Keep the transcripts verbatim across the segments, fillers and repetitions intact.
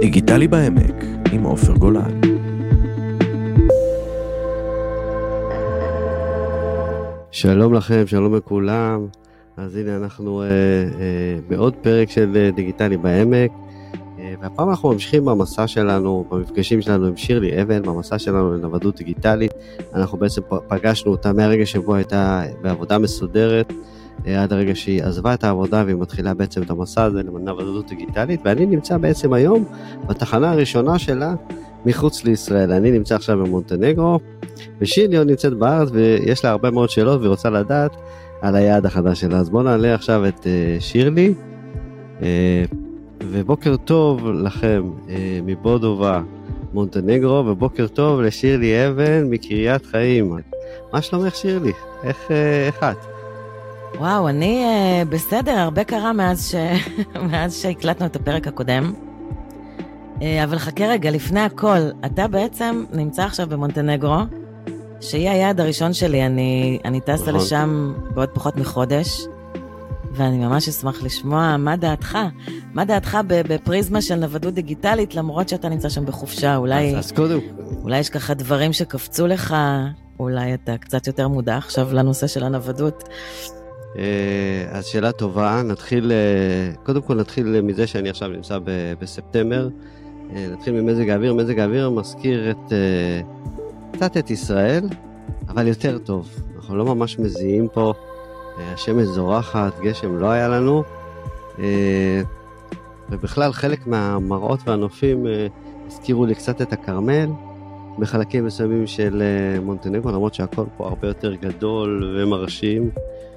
דיגיטלי בעמק עם עופר גולן. שלום לכם, שלום לכולם. אז הנה אנחנו אה, אה, בעוד פרק של אה, דיגיטלי בעמק, אה, והפעם אנחנו ממשיכים במסע שלנו, במפגשים שלנו עם שירלי אבן, במסע שלנו לנוודות דיגיטלית. אנחנו בעצם פגשנו אותה מהרגע שבו הייתה בעבודה מסודרת, אה, עד הרגע שהיא עזבה את העבודה והיא מתחילה בעצם את המסע הזה לנוודות דיגיטלית, ואני נמצא בעצם היום בתחנה הראשונה שלה מחוץ לישראל. אני נמצא עכשיו במונטנגרו, ושירלי עוד נמצאת בארץ ויש לה הרבה מאוד שאלות והיא רוצה לדעת על היעד החדש שלה. אז בואו נעלה עכשיו את uh, שירלי, uh, ובוקר טוב לכם uh, מבודובה, מונטנגרו, ובוקר טוב לשירלי אבן מקריית חיים. מה שלומך שירלי? איך, uh, איך את? וואו, אני uh, בסדר, הרבה קרה מאז, ש... מאז שהקלטנו את הפרק הקודם. Uh, אבל חכה רגע, לפני הכל, אתה בעצם נמצא עכשיו במונטנגרו, שהיא היעד הראשון שלי. אני, אני טסה נכון. לשם בעוד פחות מחודש, ואני ממש אשמח לשמוע מה דעתך, מה דעתך בפריזמה של נוודות דיגיטלית, למרות שאתה נמצא שם בחופשה. אולי, אז, אז קודם... אולי יש ככה דברים שקפצו לך, אולי אתה קצת יותר מודע עכשיו לנושא של הנוודות. אז שאלה טובה, נתחיל, קודם כל נתחיל מזה שאני עכשיו נמצא בספטמבר, נתחיל ממזג האוויר. מזג האוויר מזכיר את... קצת את ישראל, אבל יותר טוב. אנחנו לא ממש מזיעים פה, השמש זורחת, גשם לא היה לנו, ובכלל חלק מהמראות והנופים הזכירו לי קצת את הקרמל, בחלקים מסוימים של מונטנגרו, למרות שהכל פה הרבה יותר גדול ומרשים,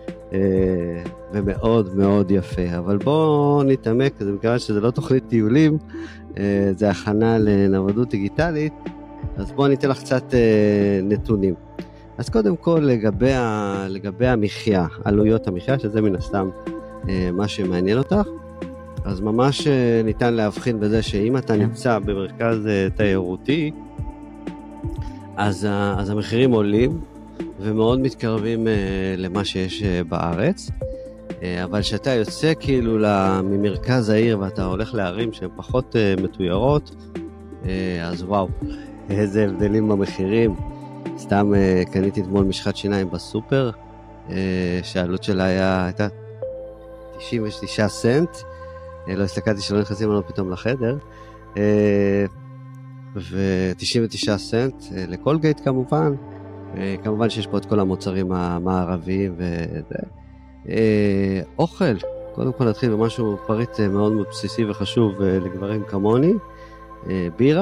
ומאוד מאוד יפה. אבל בואו נתעמק, זה מכיוון שזה לא תוכנית טיולים, זה הכנה לנוודות דיגיטלית, אז בואו ניתן לך קצת אה, נתונים. אז קודם כל לגבי, ה, לגבי המחיה, עלויות המחיה, שזה מן הסתם אה, מה שמעניין אותך, אז ממש אה, ניתן להבחין בזה שאם אתה נמצא במרכז אה, תיירותי, אז, אה, אז המחירים עולים ומאוד מתקרבים אה, למה שיש אה, בארץ, אה, אבל שאתה יוצא כאילו ממרכז העיר ואתה הולך לערים שהן פחות אה, מתוירות, אה, אז וואו. איזה הבדלים במחירים. סתם uh, קניתי אתמול משחת שיניים בסופר, uh, שהעלות שלה היה, הייתה תשעים ותשעה סנט, uh, לא הסתכלתי שלא נכנסים לנו פתאום לחדר, uh, ו-תשעים ותשעה סנט uh, לקולגייט כמובן, uh, כמובן שיש פה את כל המוצרים המערביים וזה. Uh, אוכל, קודם כל נתחיל במשהו פריט uh, מאוד מאוד בסיסי וחשוב uh, לגברים כמוני, uh, בירה.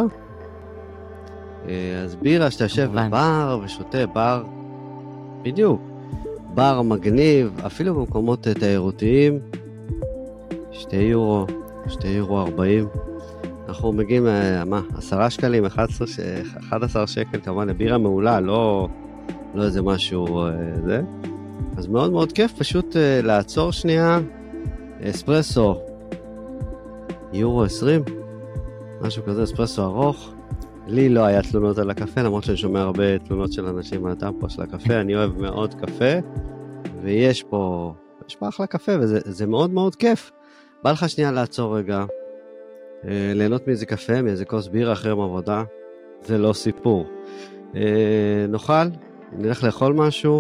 אז בירה שאתה יושב בבר ושותה בר, בדיוק, בר מגניב, אפילו במקומות תיירותיים, שתי יורו, שתי יורו ארבעים, אנחנו מגיעים, מה, עשרה שקלים, אחד עשר שקל, כמובן, לבירה מעולה, לא, לא איזה משהו, זה. אז מאוד מאוד כיף, פשוט לעצור שנייה, אספרסו, יורו עשרים, משהו כזה, אספרסו ארוך, לי לא היה תלונות על הקפה, למרות שאני שומע הרבה תלונות של אנשים על הטעם פה של הקפה. אני אוהב מאוד קפה, ויש פה, יש פה אחלה קפה, וזה מאוד מאוד כיף. בא לך שנייה לעצור רגע, ליהנות מאיזה קפה, מאיזה כוס בירה אחרי מעבודה, זה לא סיפור. נאכל, נלך לאכול משהו,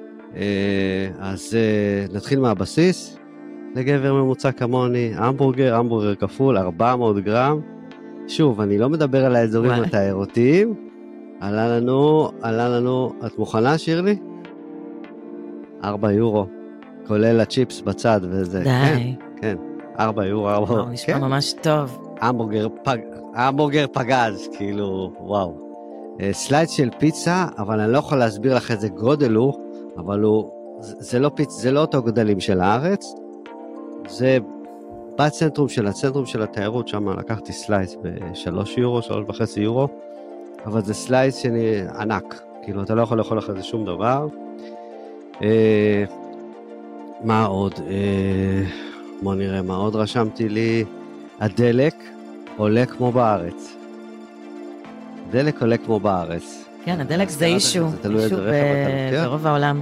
אז נתחיל מהבסיס, לגבר ממוצע כמוני, המבורגר, המבורגר כפול, ארבע מאות גרם, שוב, אני לא מדבר על האזורים התיירותיים, עלה לנו, עלה לנו, את מוכנה שירלי? ארבע יורו, כולל הצ'יפס בצד וזה. די. כן, כן, ארבע יורו, ארבע יורו. וואו, נשמע ממש טוב. המבורגר, פג, המבורגר פגז, כאילו, וואו. סלייד של פיצה, אבל אני לא יכול להסביר לך איזה גודל הוא, אבל הוא, זה לא פיצה, זה לא אותו גודלים של הארץ, זה... בצנטרום של הצנטרום של התיירות, שם לקחתי סלייס בשלוש יורו, שלוש וחצי יורו, אבל זה סלייס שאני ענק, כאילו אתה לא יכול לאכול לך זה שום דבר. אה, מה עוד? אה, בוא נראה מה עוד רשמתי לי. הדלק עולה כמו בארץ. דלק עולה כמו בארץ. כן, הדלק זה אישו, אישו ברוב העולם.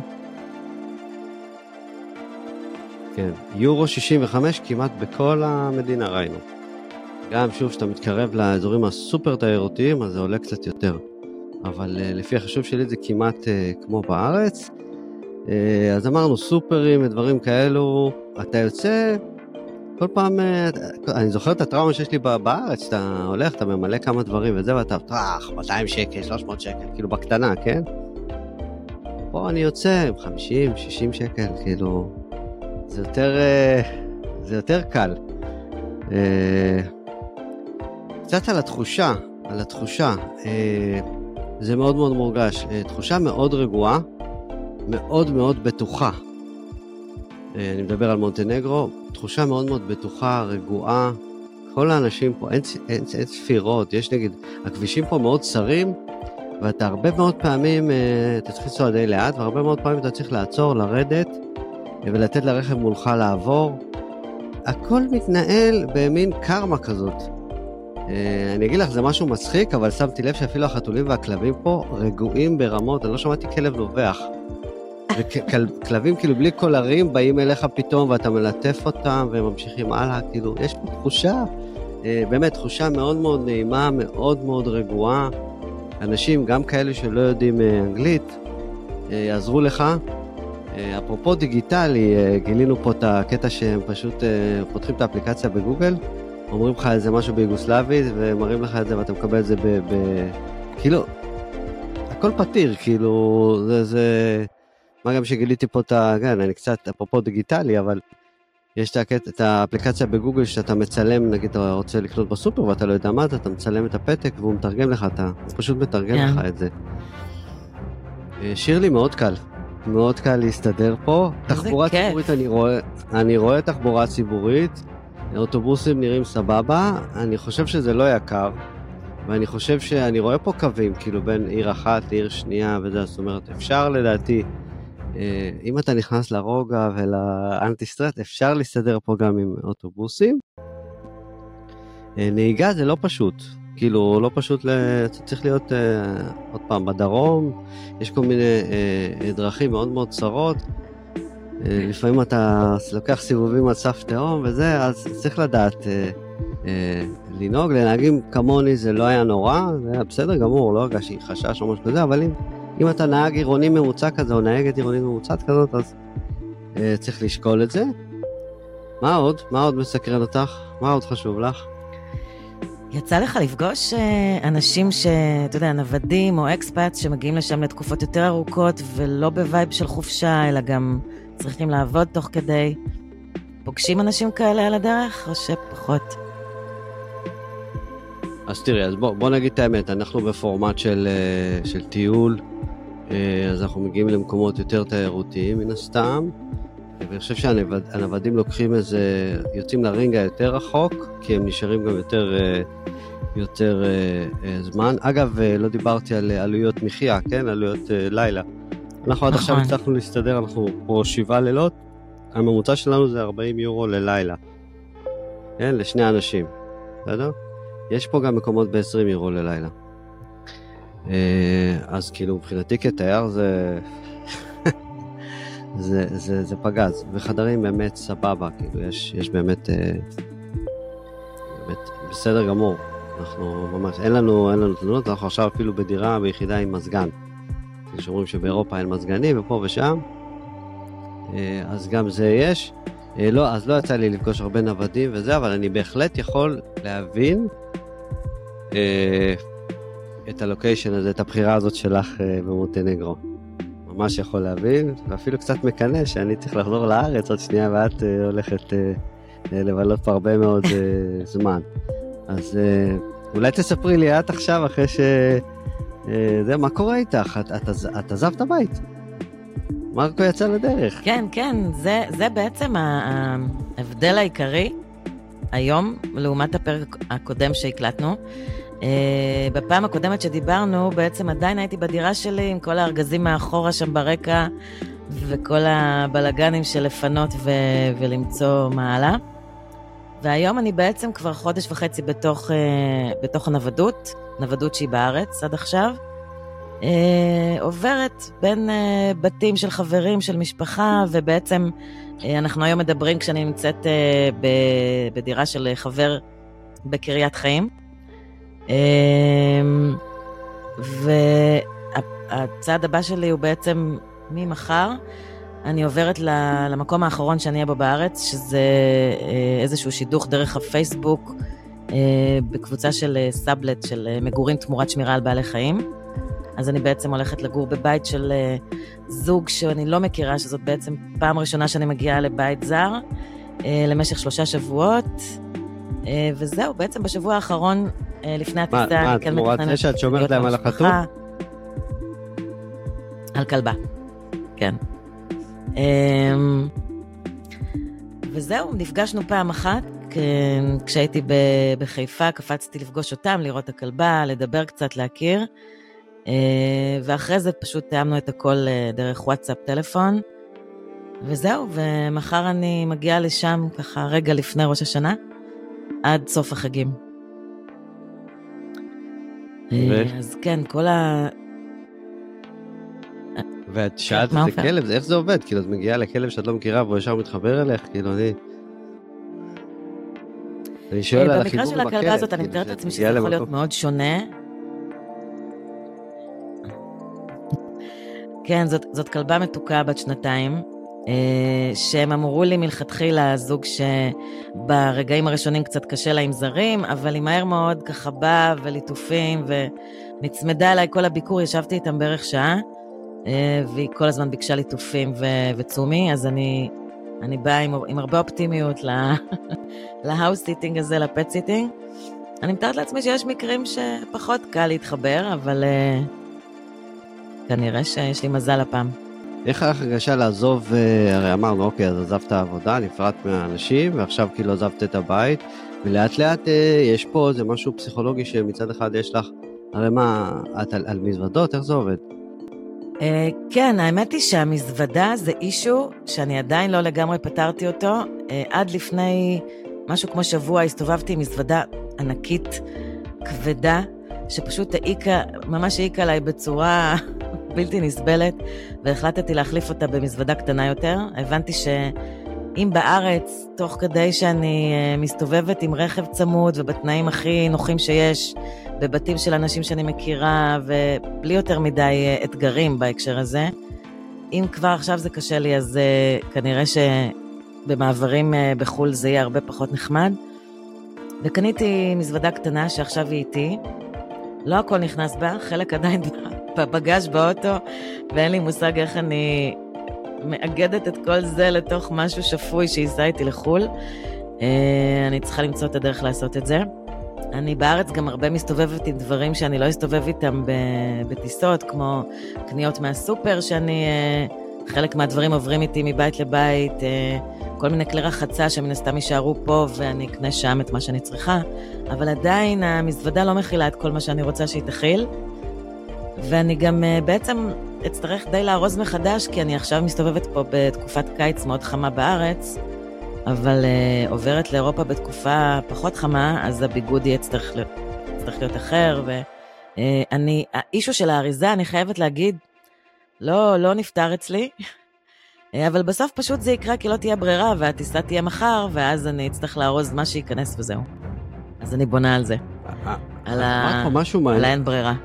כן, יורו שישים וחמש כמעט בכל המדינה ראינו. גם שוב, שאתה מתקרב לאזורים הסופר תיירותיים, אז זה עולה קצת יותר. אבל uh, לפי החישוב שלי זה כמעט uh, כמו בארץ. Uh, אז אמרנו סופרים ודברים כאלו, אתה יוצא, כל פעם, uh, אני זוכר את הטראומה שיש לי בארץ, שאתה הולך, אתה ממלא כמה דברים וזה, ואתה, טרח, מאתיים שקל, שלוש מאות שקל, כאילו בקטנה, כן? פה אני יוצא עם חמישים, שישים שקל, כאילו, זה יותר, uh, זה יותר קל. Uh, קצת על התחושה, על התחושה, uh, זה מאוד מאוד מורגש, תחושה מאוד רגועה, מאוד מאוד בטוחה. אני מדבר על מונטנגרו, תחושה מאוד מאוד בטוחה, רגועה. כל האנשים פה, אין, אין, אין ספירות, יש נגיד, הכבישים פה מאוד צרים, ואתה הרבה מאוד פעמים, אתה צריך לנסוע די לאט, והרבה מאוד פעמים אתה צריך לעצור, לרדת, ולתת לרכב מולך לעבור. הכל מתנהל במין קרמה כזאת. אני אגיד לך, זה משהו מצחיק, אבל שמתי לב שאפילו החתולים והכלבים פה רגועים ברמות, אני לא שמעתי כלב נובח. וכלבים כאילו בלי קולרים באים אליך פתאום, ואתה מלטף אותם והם ממשיכים הלאה, כאילו יש פה תחושה, באמת תחושה מאוד מאוד נעימה, מאוד מאוד רגועה. אנשים, גם כאלה שלא יודעים אנגלית, יעזרו לך. אפרופו דיגיטלי, גילינו פה את הקטע שהם פשוט פותחים את האפליקציה בגוגל, אומרים לך איזה משהו ביוגוסלבית, ומראים לך את זה, ואתה מקבל את זה ב... ב... כאילו, הכל פתיר, כאילו, זה, זה... מה גם שגיליתי פה את ה... כן, אני קצת, אפרופו דיגיטלי, אבל יש את, הקט... את האפליקציה בגוגל, שאתה מצלם, נגיד, אתה רוצה לקנות בסופר, ואתה לא יודע מה זה, אתה מצלם את הפתק, והוא מתרגם לך, אתה הוא פשוט מתרגם yeah. לך את זה. שירלי, מאוד קל. מאוד קל להסתדר פה. תחבורה כיף. ציבורית, אני רואה, אני רואה תחבורה ציבורית, אוטובוסים נראים סבבה, אני חושב שזה לא יקר, ואני חושב שאני רואה פה קווים, כאילו בין עיר אחת לעיר שנייה, וזה, זאת אומרת, אפשר לדעתי, אם אתה נכנס לרוגע ולאנטי-סטרט, אפשר להסתדר פה גם עם אוטובוסים. נהיגה זה לא פשוט, כאילו לא פשוט, צריך להיות עוד פעם בדרום, יש כל מיני דרכים מאוד מאוד צרות, לפעמים אתה לוקח סיבובים על סף תהום וזה, אז צריך לדעת אה, אה, לנהוג. לנהגים כמוני זה לא היה נורא, זה היה בסדר גמור, לא הרגשתי חשש או משהו כזה, אבל אם, אם אתה נהג עירוני ממוצע כזה, או נהגת עירוני ממוצעת כזאת, אז אה, צריך לשקול את זה. מה עוד? מה עוד מסקרן אותך? מה עוד חשוב לך? יצא לך לפגוש אנשים שאתה יודע, נוודים או אקספאט שמגיעים לשם לתקופות יותר ארוכות, ולא בווייב של חופשה, אלא גם צריכים לעבוד תוך כדי. פוגשים אנשים כאלה על הדרך, או שפחות? אז תראי, אז בוא, בוא נגיד את האמת, אנחנו בפורמט של, של טיול, אז אנחנו מגיעים למקומות יותר תיירותיים מן הסתם, ואני חושב שהנוודים לוקחים איזה, יוצאים לרינגה יותר רחוק, כי הם נשארים גם יותר, יותר זמן. אגב, לא דיברתי על עלויות מחיה, כן? עלויות לילה. אנחנו עד עכשיו הצלחנו להסתדר, אנחנו פה שבעה לילות, הממוצע שלנו זה ארבעים יורו ללילה. כן? לשני אנשים. בסדר? יש פה גם מקומות ב-עשרים יורו ללילה. אז כאילו, מבחינתי כתייר זה... זה, זה, זה פגז, וחדרים באמת סבבה, כאילו יש, יש באמת, באמת בסדר גמור, אנחנו ממש, אין לנו, אין לנו תלונות, אנחנו עכשיו אפילו בדירה ביחידה עם מזגן, שאומרים שבאירופה אין מזגנים ופה ושם, אז גם זה יש, לא, אז לא יצא לי לפגוש הרבה נוודים וזה, אבל אני בהחלט יכול להבין את הלוקיישן הזה, את הבחירה הזאת שלך במונטנגרו. ממש יכול להבין, ואפילו קצת מקנה שאני צריך לחזור לארץ עוד שנייה, ואת uh, הולכת uh, לבלות פה הרבה מאוד uh, זמן. אז uh, אולי תספרי לי את עכשיו, אחרי ש... Uh, זה, מה קורה איתך? את, את, את, את עזבת הבית. מרקו יצא לדרך. כן, כן, זה, זה בעצם ההבדל העיקרי היום, לעומת הפרק הקודם שהקלטנו. Uh, בפעם הקודמת שדיברנו, בעצם עדיין הייתי בדירה שלי עם כל הארגזים מאחורה שם ברקע, וכל הבלגנים של לפנות ו- ולמצוא מעלה. והיום אני בעצם כבר חודש וחצי בתוך, uh, בתוך הנוודות, נוודות שהיא בארץ עד עכשיו, uh, עוברת בין uh, בתים של חברים, של משפחה, ובעצם uh, אנחנו היום מדברים כשאני נמצאת uh, ב- בדירה של חבר, בקריית חיים. והצעד הבא שלי הוא בעצם ממחר, אני עוברת למקום האחרון שאני אהיה בו בארץ, שזה איזשהו שידוך דרך הפייסבוק, בקבוצה של סאבלט, של מגורים תמורת שמירה על בעלי חיים. אז אני בעצם הולכת לגור בבית של זוג שאני לא מכירה, שזאת בעצם פעם ראשונה שאני מגיעה לבית זר, למשך שלושה שבועות, וזהו, בעצם בשבוע האחרון, לפני הטיסה, מה, תמורת זה שאת שומרת להם על החתום? על כלבה, כן. וזהו, נפגשנו פעם אחת, כשהייתי בחיפה, קפצתי לפגוש אותם, לראות את הכלבה, לדבר קצת, להכיר, ואחרי זה פשוט תאמנו את הכל דרך וואטסאפ, טלפון, וזהו, ומחר אני מגיעה לשם ככה רגע לפני ראש השנה, עד סוף החגים. ו... אז כן, כל ה... ואת שאלת את הכלב, איך זה עובד? כאילו, את מגיעה לכלב שאת לא מכירה, והוא ישר מתחבר אליך, כאילו, אני... אני שואל על החיבור בכלב. במקרה של הכלבה הזאת, אני מתארת לעצמי שזה יכול להיות מאוד שונה. כן, זאת, זאת כלבה מתוקה בת שנתיים, שהם אמרו לי מלכתחילה, זוג שברגעים הראשונים קצת קשה לה עם זרים, אבל היא מהר מאוד ככה באה וליטופים, ונצמדה אליי כל הביקור, ישבתי איתם בערך שעה, והיא כל הזמן ביקשה ליטופים וצומי, אז אני, אני באה עם, עם הרבה אופטימיות להאוס סיטינג הזה, לפט סיטינג. אני מתארת לעצמי שיש מקרים שפחות קל להתחבר, אבל כנראה שיש לי מזל הפעם. איך הרגשה לעזוב, הרי אמרנו, אוקיי, אז עזבת העבודה, נפרט מהאנשים, ועכשיו כאילו עזבת את הבית, ולאט לאט יש פה איזה משהו פסיכולוגי שמצד אחד יש לך, הרי מה, את על, על מזוודות, איך זה עובד? כן, האמת היא שהמזוודה זה אישו שאני עדיין לא לגמרי פתרתי אותו. עד לפני משהו כמו שבוע הסתובבתי עם מזוודה ענקית, כבדה, שפשוט העיקה, ממש העיקה עליי בצורה בלתי נסבלת, והחלטתי להחליף אותה במזוודה קטנה יותר. הבנתי שאם בארץ, תוך כדי שאני מסתובבת עם רכב צמוד ובתנאים הכי נוחים שיש, בבתים של אנשים שאני מכירה, ובלי יותר מדי אתגרים בהקשר הזה, אם כבר עכשיו זה קשה לי, אז כנראה שבמעברים בחול זה יהיה הרבה פחות נחמד. וקניתי מזוודה קטנה שעכשיו היא איתי, לא הכל נכנס בה, חלק עדיין בבגז' באוטו, ואין לי מושג איך אני מאגדת את כל זה לתוך משהו שפוי שיסע איתי לחול. אני צריכה למצוא את הדרך לעשות את זה. אני בארץ גם הרבה מסתובבת עם דברים שאני לא אסתובב איתם בטיסות, כמו קניות מהסופר, שאני, חלק מהדברים עוברים איתי מבית לבית, כל מיני כלי רחצה שמן הסתם יישארו פה, ואני אקנה שם את מה שאני צריכה, אבל עדיין המזוודה לא מכילה את כל מה שאני רוצה שהיא תכיל, ואני גם בעצם אצטרך די לארוז מחדש, כי אני עכשיו מסתובבת פה בתקופת קיץ מאוד חמה בארץ, אבל uh, עוברת לאירופה בתקופה פחות חמה, אז הביגוד יהיה צריך להיות, צריך להיות אחר, ואני, uh, האישו של האריזה, אני חייבת להגיד, לא, לא נפטר אצלי, אבל בסוף פשוט זה יקרה, כי לא תהיה ברירה, והטיסה תהיה מחר, ואז אני אצטרך לארוז מה שייכנס וזהו. אז אני בונה על זה. על ה... על האין ברירה.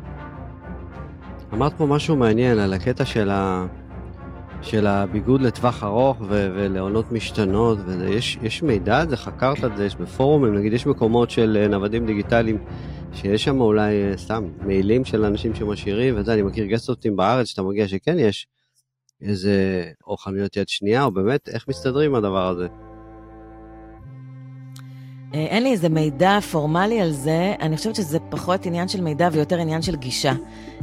אמרת פה משהו מעניין, על הקטע של ה... של הביגוד לטווח ארוך ו- ולעונות משתנות, ויש יש מידע, זה חקרת את זה, יש בפורומים, נגיד יש מקומות של נוודים דיגיטליים, שיש שם אולי סתם מיילים של אנשים שמשאירים, וזה, אני מכיר גסטים בארץ, שאתה מגיע שכן יש איזה, או חנויות יד שנייה, או באמת, איך מסתדרים הדבר הזה? אין לי איזה מידע פורמלי על זה, אני חושבת שזה פחות עניין של מידע ויותר עניין של גישה.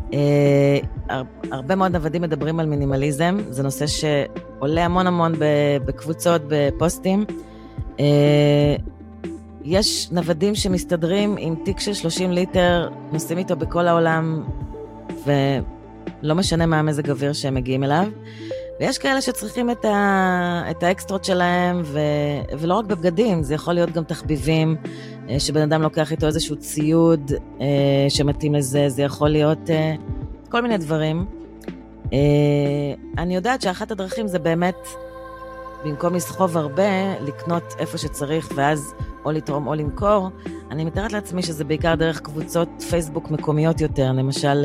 הרבה מאוד נוודים מדברים על מינימליזם, זה נושא שעולה המון המון בקבוצות, בפוסטים. יש נוודים שמסתדרים עם תיק של שלושים ליטר, נוסעים איתו בכל העולם, ולא משנה מה המזג אוויר שהם מגיעים אליו. ויש כאלה שצריכים את, ה... את האקסטרות שלהם, ו... ולא רק בבגדים, זה יכול להיות גם תחביבים, שבן אדם לוקח איתו איזשהו ציוד שמתאים לזה, זה יכול להיות כל מיני דברים. אני יודעת שאחת הדרכים זה באמת, במקום לסחוב הרבה, לקנות איפה שצריך, ואז או לתרום או למכור, אני מתארת לעצמי שזה בעיקר דרך קבוצות פייסבוק מקומיות יותר, למשל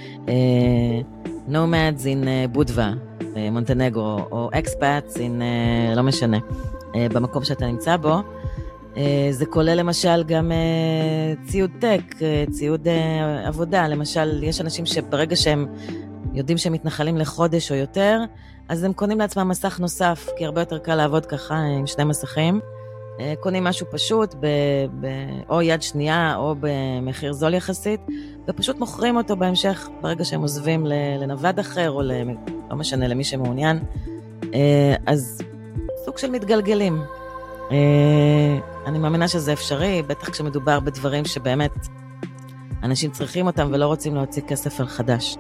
Nomads in בודווה, מונטנגרו, או Expats in, לא משנה, במקום שאתה נמצא בו. זה כולל למשל גם ציוד טק, ציוד עבודה, למשל יש אנשים שברגע שהם יודעים שהם מתנחלים לחודש או יותר, אז הם קונים לעצמם מסך נוסף, כי הרבה יותר קל לעבוד ככה עם שני מסכים. קונים משהו פשוט, ב, ב, או יד שנייה, או במחיר זול יחסית, ופשוט מוכרים אותו בהמשך, ברגע שהם עוזבים לנווד אחר, או לא משנה, למי שמעוניין. אז סוג של מתגלגלים. אני מאמינה שזה אפשרי, בטח כשמדובר בדברים שבאמת אנשים צריכים אותם, ולא רוצים להוציא כסף על חדש.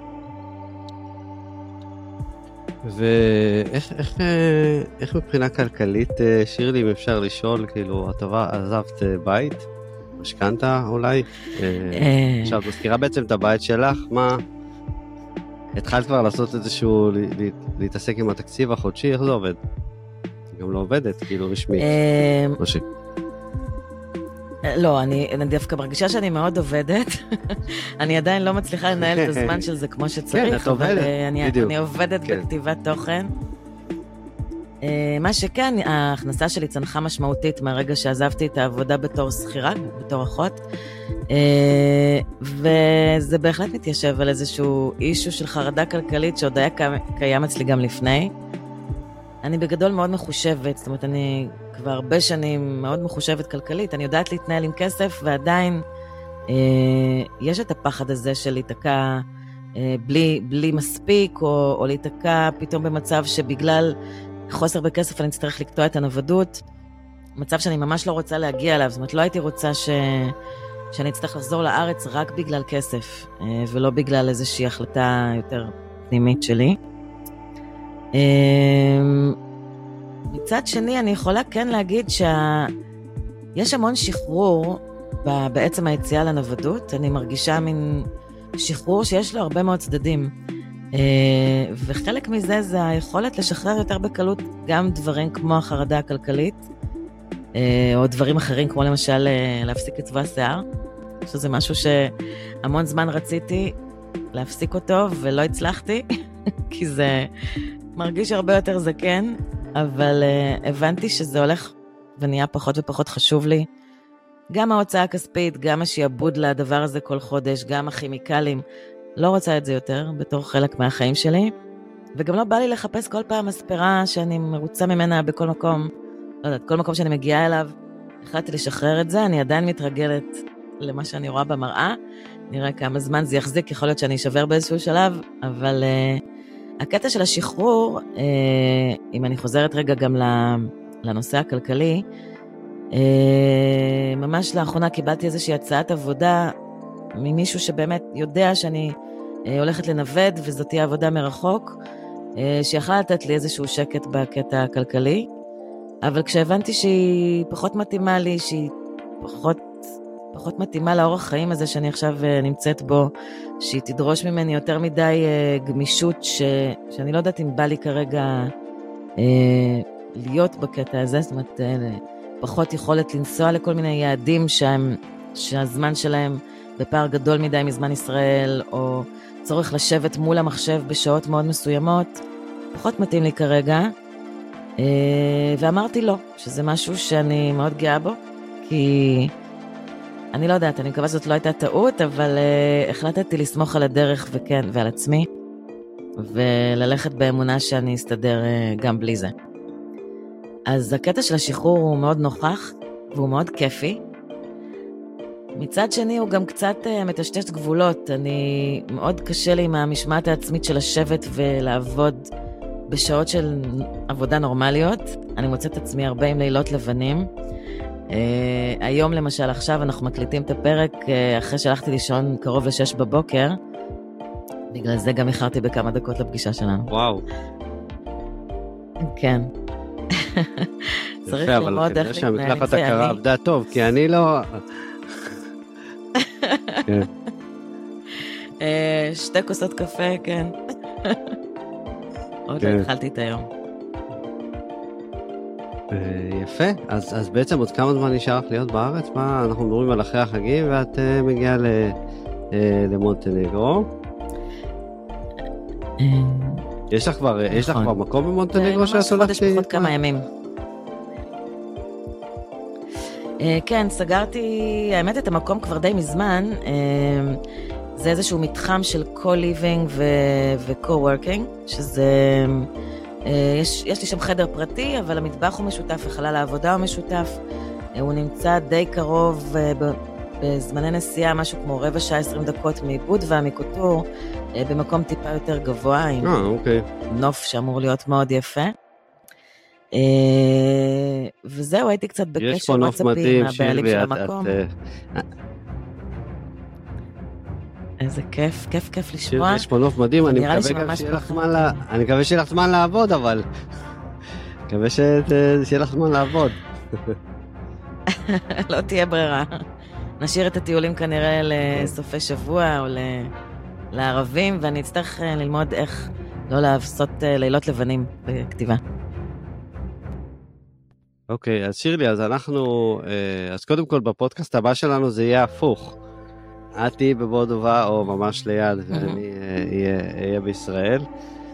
ואיך איך, איך מבחינה כלכלית, שירלי, אם אפשר לשאול, כאילו, את עזבת בית, משכנתה אולי? עכשיו, מזכירה בעצם את הבית שלך, מה? התחלת כבר לעשות איזשהו, להתעסק עם התקציב החודשי, איך זה עובד? גם לא עובדת, כאילו רשמית. משהו. לא, אני, אני דווקא מרגישה שאני מאוד עובדת. אני עדיין לא מצליחה לנהל את הזמן של זה כמו שצריך, כן, אבל אני, אני עובדת כן. בכתיבת תוכן. מה שכן, ההכנסה שלי צנחה משמעותית מהרגע שעזבתי את העבודה בתור שכירה, בתור אחות, וזה בהחלט מתיישב על איזשהו אישו של חרדה כלכלית שעוד היה קיים אצלי גם לפני. אני בגדול מאוד מחושבת, זאת אומרת, אני כבר הרבה שנים מאוד מחושבת כלכלית, אני יודעת להתנהל עם כסף, ועדיין אה, יש את הפחד הזה של להתקע אה, בלי, בלי מספיק, או, או להתקע פתאום במצב שבגלל חוסר בכסף אני אצטרך לקטוע את הנוודות, מצב שאני ממש לא רוצה להגיע אליו, זאת אומרת, לא הייתי רוצה ש, שאני אצטרך לחזור לארץ רק בגלל כסף, אה, ולא בגלל איזושהי החלטה יותר פנימית שלי. מצד שני, אני יכולה כן להגיד שיש המון שחרור בעצם היציאה לנוודות. אני מרגישה מין שחרור שיש לו הרבה מאוד צדדים. וחלק מזה זה היכולת לשחרר יותר בקלות גם דברים כמו החרדה הכלכלית, או דברים אחרים כמו למשל להפסיק את צבע השיער, שזה משהו שהמון זמן רציתי להפסיק אותו ולא הצלחתי, כי זה מרגיש הרבה יותר זקן, אבל uh, הבנתי שזה הולך ונהיה פחות ופחות חשוב לי. גם ההוצאה הכספית, גם השיעבוד לדבר הזה כל חודש, גם הכימיקלים, לא רוצה את זה יותר בתור חלק מהחיים שלי, וגם לא בא לי לחפש כל פעם מספרה שאני מרוצה ממנה בכל מקום, לא יודעת, כל מקום שאני מגיעה אליו, החלטתי לשחרר את זה, אני עדיין מתרגלת למה שאני רואה במראה, נראה כמה זמן זה יחזיק, יכול להיות שאני אשבר באיזשהו שלב, אבל uh, הקטע של השחרור, uh, אם אני חוזרת רגע גם לנושא הכלכלי, uh, ממש לאחרונה קיבלתי איזושהי הצעת עבודה, ממישהו שבאמת יודע שאני uh, הולכת לנווד, וזאת תהיה עבודה מרחוק, uh, שיכלה לתת לי איזשהו שקט בקטע הכלכלי, אבל כשהבנתי שהיא פחות מתאימה לי, שהיא פחות, פחות מתאימה לאורח חיים הזה שאני עכשיו uh, נמצאת בו, שהיא תדרוש ממני יותר מדי uh, גמישות, ש, שאני לא יודעת אם בא לי כרגע uh, להיות בקטע הזה, זאת אומרת, uh, פחות יכולת לנסוע לכל מיני יעדים שהם, שהזמן שלהם בפער גדול מדי מזמן ישראל, או צורך לשבת מול המחשב בשעות מאוד מסוימות, פחות מתאים לי כרגע, uh, ואמרתי לא, שזה משהו שאני מאוד גאה בו, כי אני לא יודעת, אני מקווה שזאת לא הייתה טעות, אבל uh, החלטתי לסמוך על הדרך וכן, ועל עצמי, וללכת באמונה שאני אסתדר uh, גם בלי זה. אז הקטע של השחרור הוא מאוד נוכח, והוא מאוד כיפי. מצד שני הוא גם קצת uh, מטשטש גבולות, אני מאוד קשה לי עם המשמעת העצמית של לשבת ולעבוד בשעות של עבודה נורמליות, אני מוצאת עצמי הרבה עם לילות לבנים, Uh, היום למשל עכשיו אנחנו מקליטים את הפרק uh, אחרי שהלכתי לישון קרוב לשש בבוקר, בגלל זה גם איחרתי בכמה דקות לפגישה שלנו. וואו. כן. צריך ללמוד איך להתנהל. שהמקלחת הקרה עבדה טוב, כי אני לא... שתי כוסות קפה, כן. עוד לא התחלתי את היום. יפה, אז, אז בעצם עוד כמה זמן נשאר לך להיות בארץ? מה, אנחנו מדברים על אחרי החגים ואת uh, מגיעה ל, uh, למונטנגרו. יש לך כבר, יש לך כבר מקום במונטנגרו שאת הולכת? ממש חודש פחות כמה ימים. כן, סגרתי, האמת את המקום כבר די מזמן, זה איזשהו מתחם של co-living ו-co-working, שזה, יש, יש לי שם חדר פרטי, אבל המטבח הוא משותף, וחלל העבודה הוא משותף, הוא נמצא די קרוב בזמני נסיעה, משהו כמו רבע שעה, עשרים דקות מבודווה, מקוטור, במקום טיפה יותר גבוה, עם אה, אוקיי. נוף שאמור להיות מאוד יפה. וזהו, הייתי קצת בקשר וואטסאפים מהבעלים של המקום. איזה כיף, כיף, כיף לשמוע. יש פה נוף מדהים, אני מקווה שיהיה לך זמן אני מקווה שיהיה לך זמן לעבוד, אבל אני מקווה שיהיה לך זמן לעבוד. לא תהיה ברירה. נשאיר את הטיולים כנראה לסופי שבוע או לערבים, ואני אצטרך ללמוד איך לא לעשות לילות לבנים בכתיבה. אוקיי, אז שירלי, אז אנחנו, אז קודם כל בפודקאסט הבא שלנו זה יהיה הפוך. את תהיי בבודווה או ממש ליד, ואני אהיה בישראל.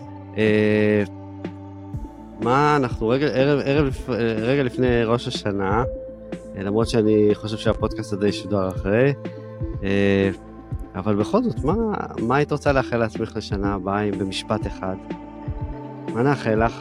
מה אנחנו, רגע לפני ראש השנה, למרות שאני חושב שהפודקאסט הזה ישודר אחרי, אבל בכל זאת, מה, מה היית רוצה לאחל לעצמך לשנה הבאה, אם במשפט אחד? מה נאחל לך?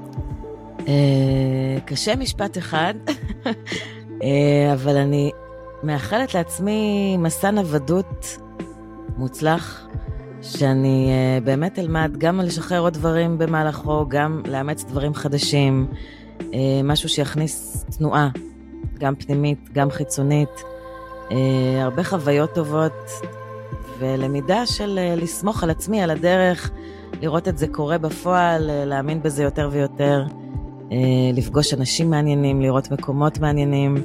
קשה משפט אחד, אבל אני מאחלת לעצמי מסע נוודות מוצלח, שאני באמת אלמד גם לשחרר עוד דברים במהלכו, גם לאמץ דברים חדשים, משהו שיכניס תנועה, גם פנימית, גם חיצונית, הרבה חוויות טובות, ולמידה של לסמוך על עצמי, על הדרך, לראות את זה קורה בפועל, להאמין בזה יותר ויותר, לפגוש אנשים מעניינים, לראות מקומות מעניינים,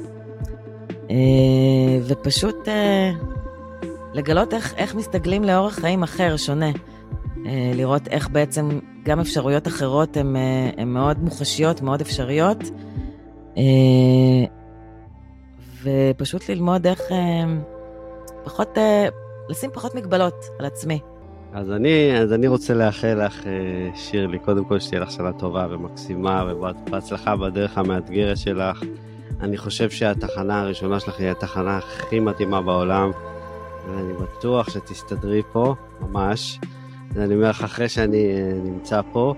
ופשוט לגלות איך, איך מסתגלים לאורח חיים אחר, שונה. לראות איך בעצם גם אפשרויות אחרות הן, הן מאוד מוחשיות, מאוד אפשריות, ופשוט ללמוד איך פחות, לשים פחות מגבלות על עצמי. אז אני, אז אני רוצה לאחל לך, שירלי, קודם כל שתהיה לך שנה טובה ומקסימה, ובהצלחה בדרך המאתגרת שלך. אני חושב שהתחנה הראשונה שלך היא התחנה הכי מתאימה בעולם, ואני בטוח שתסתדרי פה, ממש. אני אומר לך אחרי שאני נמצא פה,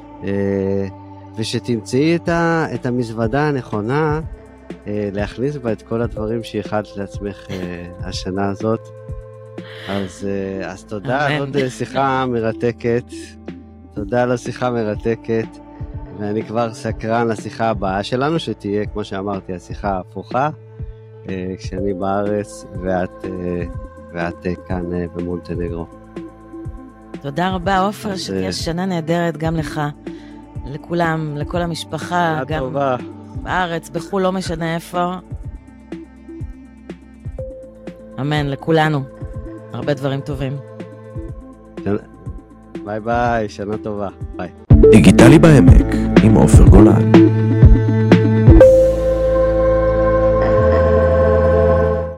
ושתמצאי את, ה, את המזוודה הנכונה, להכניס בה את כל הדברים שהחלת לעצמך השנה הזאת. אז, אז תודה על עוד שיחה מרתקת, תודה על השיחה מרתקת, ואני כבר סקרן לשיחה הבאה שלנו, שתהיה, כמו שאמרתי, השיחה ההפוכה, כשאני בארץ ואת, ואת כאן במונטנגרו. תודה רבה, עופר, שתהיה שנה נהדרת גם לך, לכולם, לכל המשפחה, גם טובה. בארץ, בחול, לא משנה איפה. אמן, לכולנו. הרבה דברים טובים. ביי ביי, שנה טובה. ביי. דיגיטלי בעמק עם עופר גולן.